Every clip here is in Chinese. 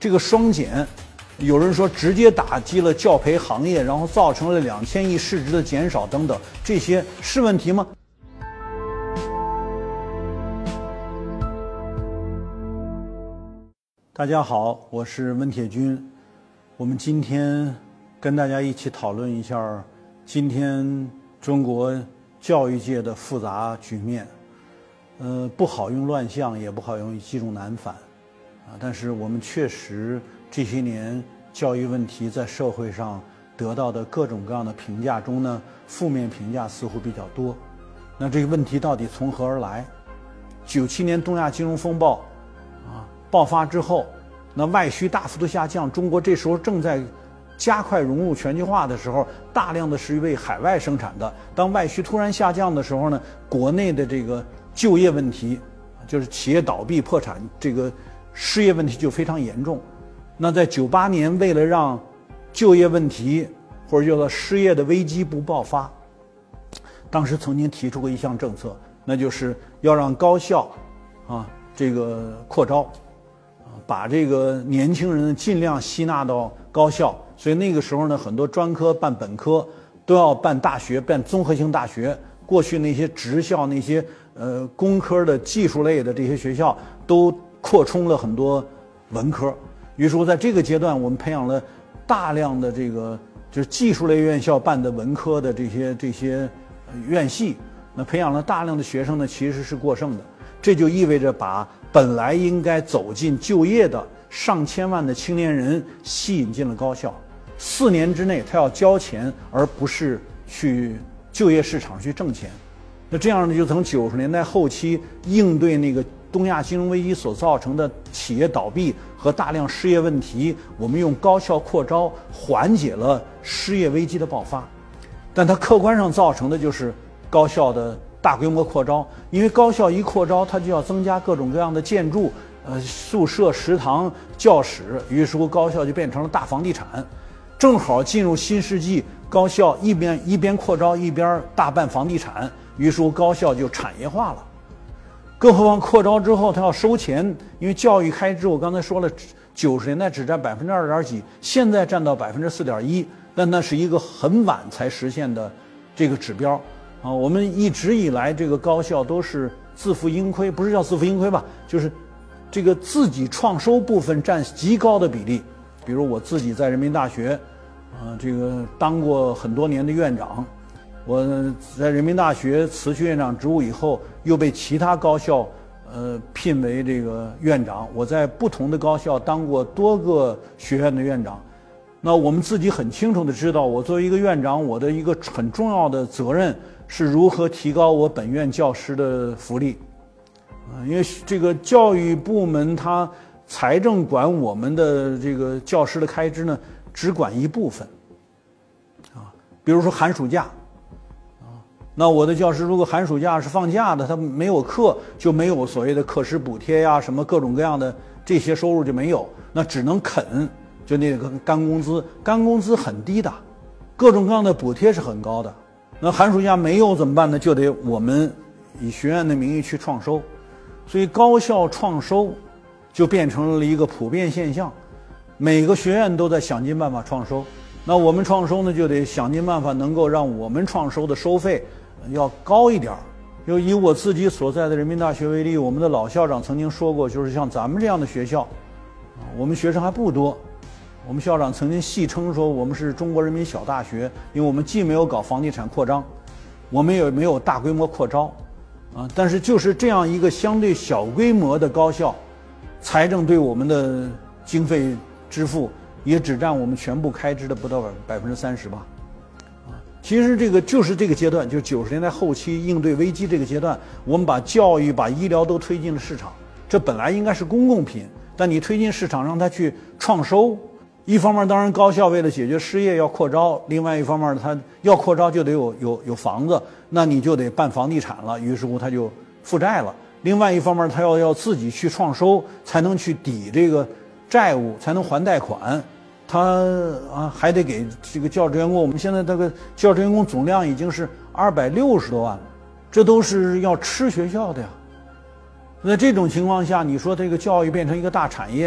这个双减，有人说直接打击了教培行业，然后造成了2000亿市值的减少等等，这些是问题吗？大家好，我是温铁军。我们今天跟大家一起讨论一下今天中国教育界的复杂局面。不好用乱象，也不好用积重难返啊。但是我们确实这些年教育问题在社会上得到的各种各样的评价中呢，负面评价似乎比较多。那这个问题到底从何而来？97年东亚金融风暴爆发之后，那外需大幅度下降，中国这时候正在加快融入全球化的时候，大量的是为海外生产的。当外需突然下降的时候呢，国内的这个就业问题，就是企业倒闭破产，这个失业问题就非常严重。那在98年，为了让就业问题或者叫做失业的危机不爆发，当时曾经提出过一项政策，那就是要让高校这个扩招，把这个年轻人尽量吸纳到高校。所以那个时候呢，很多专科办本科都要办大学，办综合性大学。过去那些职校，那些工科的技术类的这些学校都扩充了很多文科。于是乎在这个阶段，我们培养了大量的这个就是技术类院校办的文科的这些院系，那培养了大量的学生呢，其实是过剩的。这就意味着把本来应该走进就业的上千万的青年人吸引进了高校。4年之内他要交钱，而不是去就业市场去挣钱。那这样呢，就从90年代后期应对那个东亚金融危机所造成的企业倒闭和大量失业问题，我们用高校扩招缓解了失业危机的爆发。但它客观上造成的就是高校的大规模扩招，因为高校一扩招，它就要增加各种各样的建筑，宿舍、食堂、教室，于是乎高校就变成了大房地产。正好进入新世纪，高校一边扩招一边大办房地产，于是乎高校就产业化了。更何况扩招之后，它要收钱，因为教育开支我刚才说了，90年代只占2.几%，现在占到4.1%，但那是一个很晚才实现的这个指标啊。我们一直以来这个高校都是自负盈亏，不是叫自负盈亏吧，就是这个自己创收部分占极高的比例。比如我自己在人民大学这个当过很多年的院长，我在人民大学辞去院长职务以后，又被其他高校聘为这个院长。我在不同的高校当过多个学院的院长。那我们自己很清楚的知道，我作为一个院长，我的一个很重要的责任是如何提高我本院教师的福利。因为这个教育部门它财政管我们的这个教师的开支呢，只管一部分比如说寒暑假那我的教师如果寒暑假是放假的，他没有课，就没有所谓的课时补贴呀，什么各种各样的这些收入就没有，那只能啃，就那个干工资，干工资很低的，各种各样的补贴是很高的。那寒暑假没有怎么办呢？就得我们以学院的名义去创收，所以高校创收就变成了一个普遍现象，每个学院都在想尽办法创收。那我们创收呢，就得想尽办法能够让我们创收的收费要高一点。就以我自己所在的人民大学为例，我们的老校长曾经说过，就是像咱们这样的学校我们学生还不多。我们校长曾经戏称说，我们是中国人民小大学，因为我们既没有搞房地产扩张，我们也没有大规模扩招但是就是这样一个相对小规模的高校，财政对我们的经费支付也只占我们全部开支的不到30%吧。其实这个就是这个阶段，就是90年代后期应对危机这个阶段，我们把教育、把医疗都推进了市场。这本来应该是公共品，但你推进市场，让它去创收。一方面，当然高校为了解决失业要扩招；另外一方面，它要扩招就得有房子，那你就得办房地产了。于是乎，它就负债了。另外一方面，它要自己去创收，才能去抵这个债务，才能还贷款。他还得给这个教职员工，我们现在这个教职员工总量已经是260多万了，这都是要吃学校的呀。在这种情况下，你说这个教育变成一个大产业，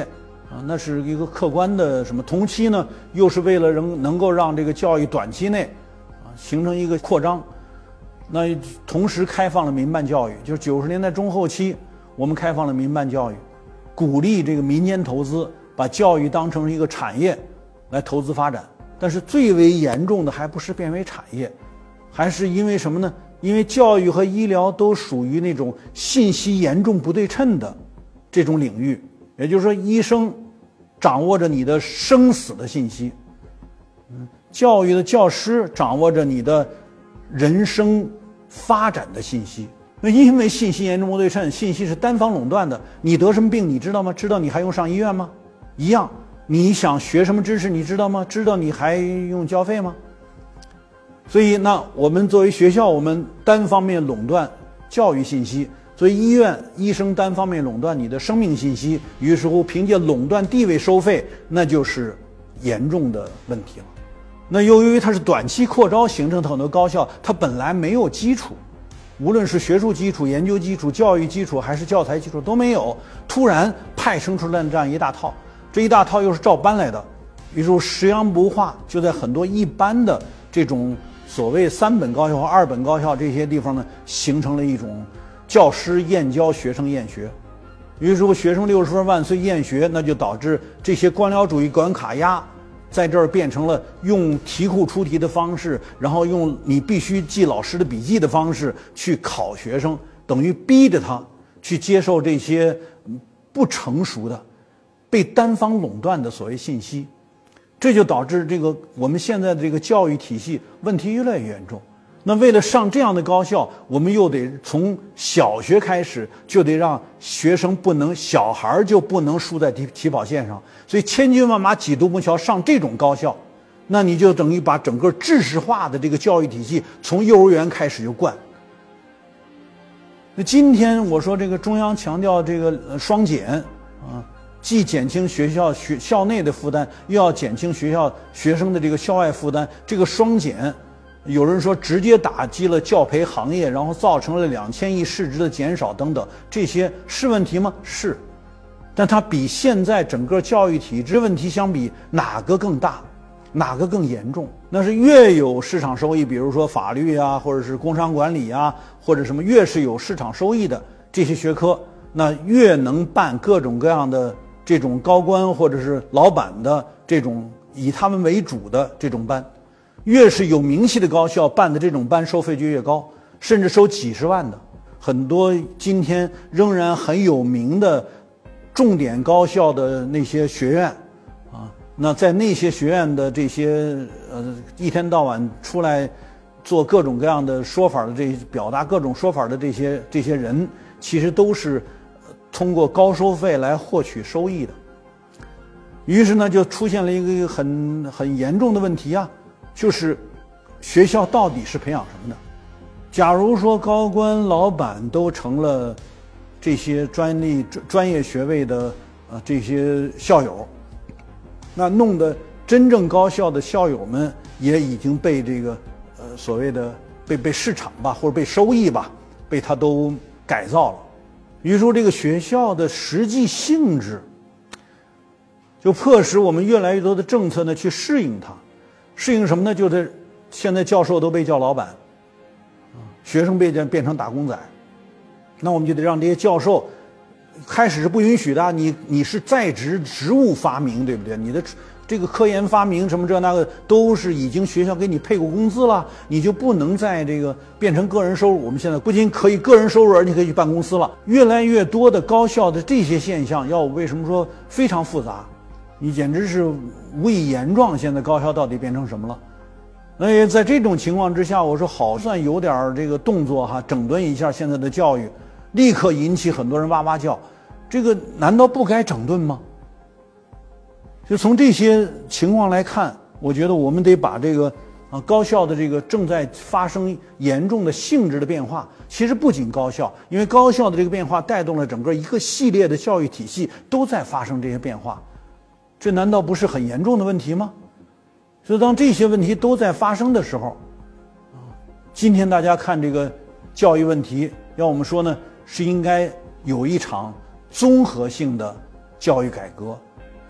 那是一个客观的什么。同期呢，又是为了能够让这个教育短期内形成一个扩张，那同时开放了民办教育，就是90年代中后期，我们开放了民办教育，鼓励这个民间投资，把教育当成一个产业来投资发展。但是最为严重的还不是变为产业，还是因为什么呢？因为教育和医疗都属于那种信息严重不对称的这种领域，也就是说，医生掌握着你的生死的信息，教育的教师掌握着你的人生发展的信息。那因为信息严重不对称，信息是单方垄断的，你得什么病你知道吗？知道你还用上医院吗？一样，你想学什么知识你知道吗？知道你还用交费吗？所以那我们作为学校，我们单方面垄断教育信息，所以医院医生单方面垄断你的生命信息，于是乎凭借垄断地位收费，那就是严重的问题了。那由于它是短期扩招形成的很多高校，它本来没有基础，无论是学术基础、研究基础、教育基础还是教材基础都没有，突然派生出来这样一大套，这一大套又是照搬来的，于是食洋不化，就在很多一般的这种所谓3本高校和2本高校这些地方呢，形成了一种教师厌教，学生厌学。于是乎学生60分万岁厌学，那就导致这些官僚主义关卡压在这儿变成了用题库出题的方式，然后用你必须记老师的笔记的方式去考学生，等于逼着他去接受这些不成熟的被单方垄断的所谓信息。这就导致这个我们现在的这个教育体系问题越来越严重。那为了上这样的高校，我们又得从小学开始就得让学生小孩就不能输在起跑线上，所以千军万马挤独木桥上这种高校，那你就等于把整个知识化的这个教育体系从幼儿园开始就灌。那今天我说这个中央强调这个双减啊，既减轻校内的负担，又要减轻学生的这个校外负担，这个双减，有人说直接打击了教培行业，然后造成了2000亿市值的减少等等，这些是问题吗？是，但它比现在整个教育体制问题相比，哪个更大，哪个更严重？那是越有市场收益，比如说法律啊，或者是工商管理啊，或者什么，越是有市场收益的这些学科，那越能办各种各样的这种高官或者是老板的这种以他们为主的这种班。越是有名气的高校办的这种班，收费就越高，甚至收几十万的。很多今天仍然很有名的重点高校的那些学院啊，那在那些学院的这些一天到晚出来做各种各样的说法的表达各种说法的这些人，其实都是通过高收费来获取收益的。于是呢，就出现了一个很严重的问题啊。就是学校到底是培养什么的？假如说高官老板都成了这些专业学位的这些校友，那弄得真正高校的校友们也已经被这个所谓的被市场吧，或者被收益吧，被他都改造了。于是说这个学校的实际性质，就迫使我们越来越多的政策呢去适应它。适应什么呢？就是现在教授都被叫老板，学生变成打工仔，那我们就得让这些教授，开始是不允许的，你是在职职务发明，对不对？你的这个科研发明什么这那个都是已经学校给你配过工资了，你就不能再这个变成个人收入。我们现在不仅可以个人收入，而且可以去办公司了。越来越多的高校的这些现象，为什么说非常复杂？你简直是无以言状，现在高校到底变成什么了？那在这种情况之下，我说好算有点这个动作哈，整顿一下现在的教育，立刻引起很多人哇哇叫。这个难道不该整顿吗？就从这些情况来看，我觉得我们得把这个高校的这个正在发生严重的性质的变化，其实不仅高校，因为高校的这个变化带动了整个一个系列的教育体系都在发生这些变化。这难道不是很严重的问题吗？所以当这些问题都在发生的时候，今天大家看这个教育问题，要我们说呢，是应该有一场综合性的教育改革，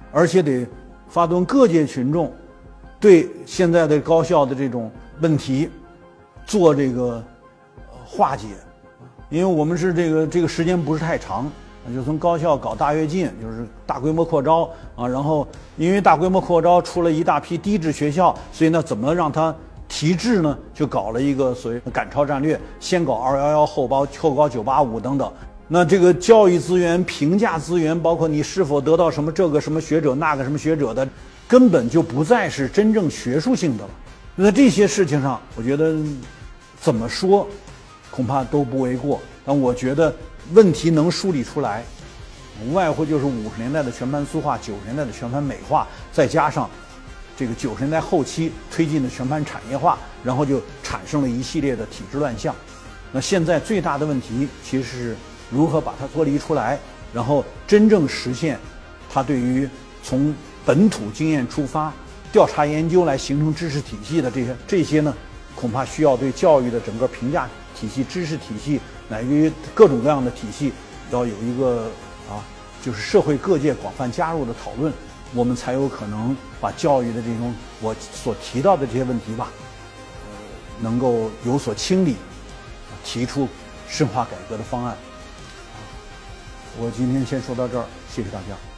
而且得发动各界群众对现在的高校的这种问题做这个化解。因为我们是这个时间不是太长，就从高校搞大跃进，就是大规模扩招啊，然后因为大规模扩招出了一大批低质学校，所以呢，怎么让它提质呢？就搞了一个所谓赶超战略，先搞211，后搞985等等。那这个教育资源、评价资源，包括你是否得到什么这个什么学者、那个什么学者的，根本就不再是真正学术性的了。那这些事情上，我觉得怎么说，恐怕都不为过。但我觉得问题能梳理出来，无外乎就是50年代的全盘苏化，90年代的全盘美化，再加上这个90年代后期推进的全盘产业化，然后就产生了一系列的体制乱象。那现在最大的问题其实是如何把它脱离出来，然后真正实现它对于从本土经验出发调查研究来形成知识体系的这些呢，恐怕需要对教育的整个评价体系、知识体系乃至于各种各样的体系要有一个就是社会各界广泛加入的讨论，我们才有可能把教育的这种我所提到的这些问题吧，能够有所清理，提出深化改革的方案。我今天先说到这儿，谢谢大家。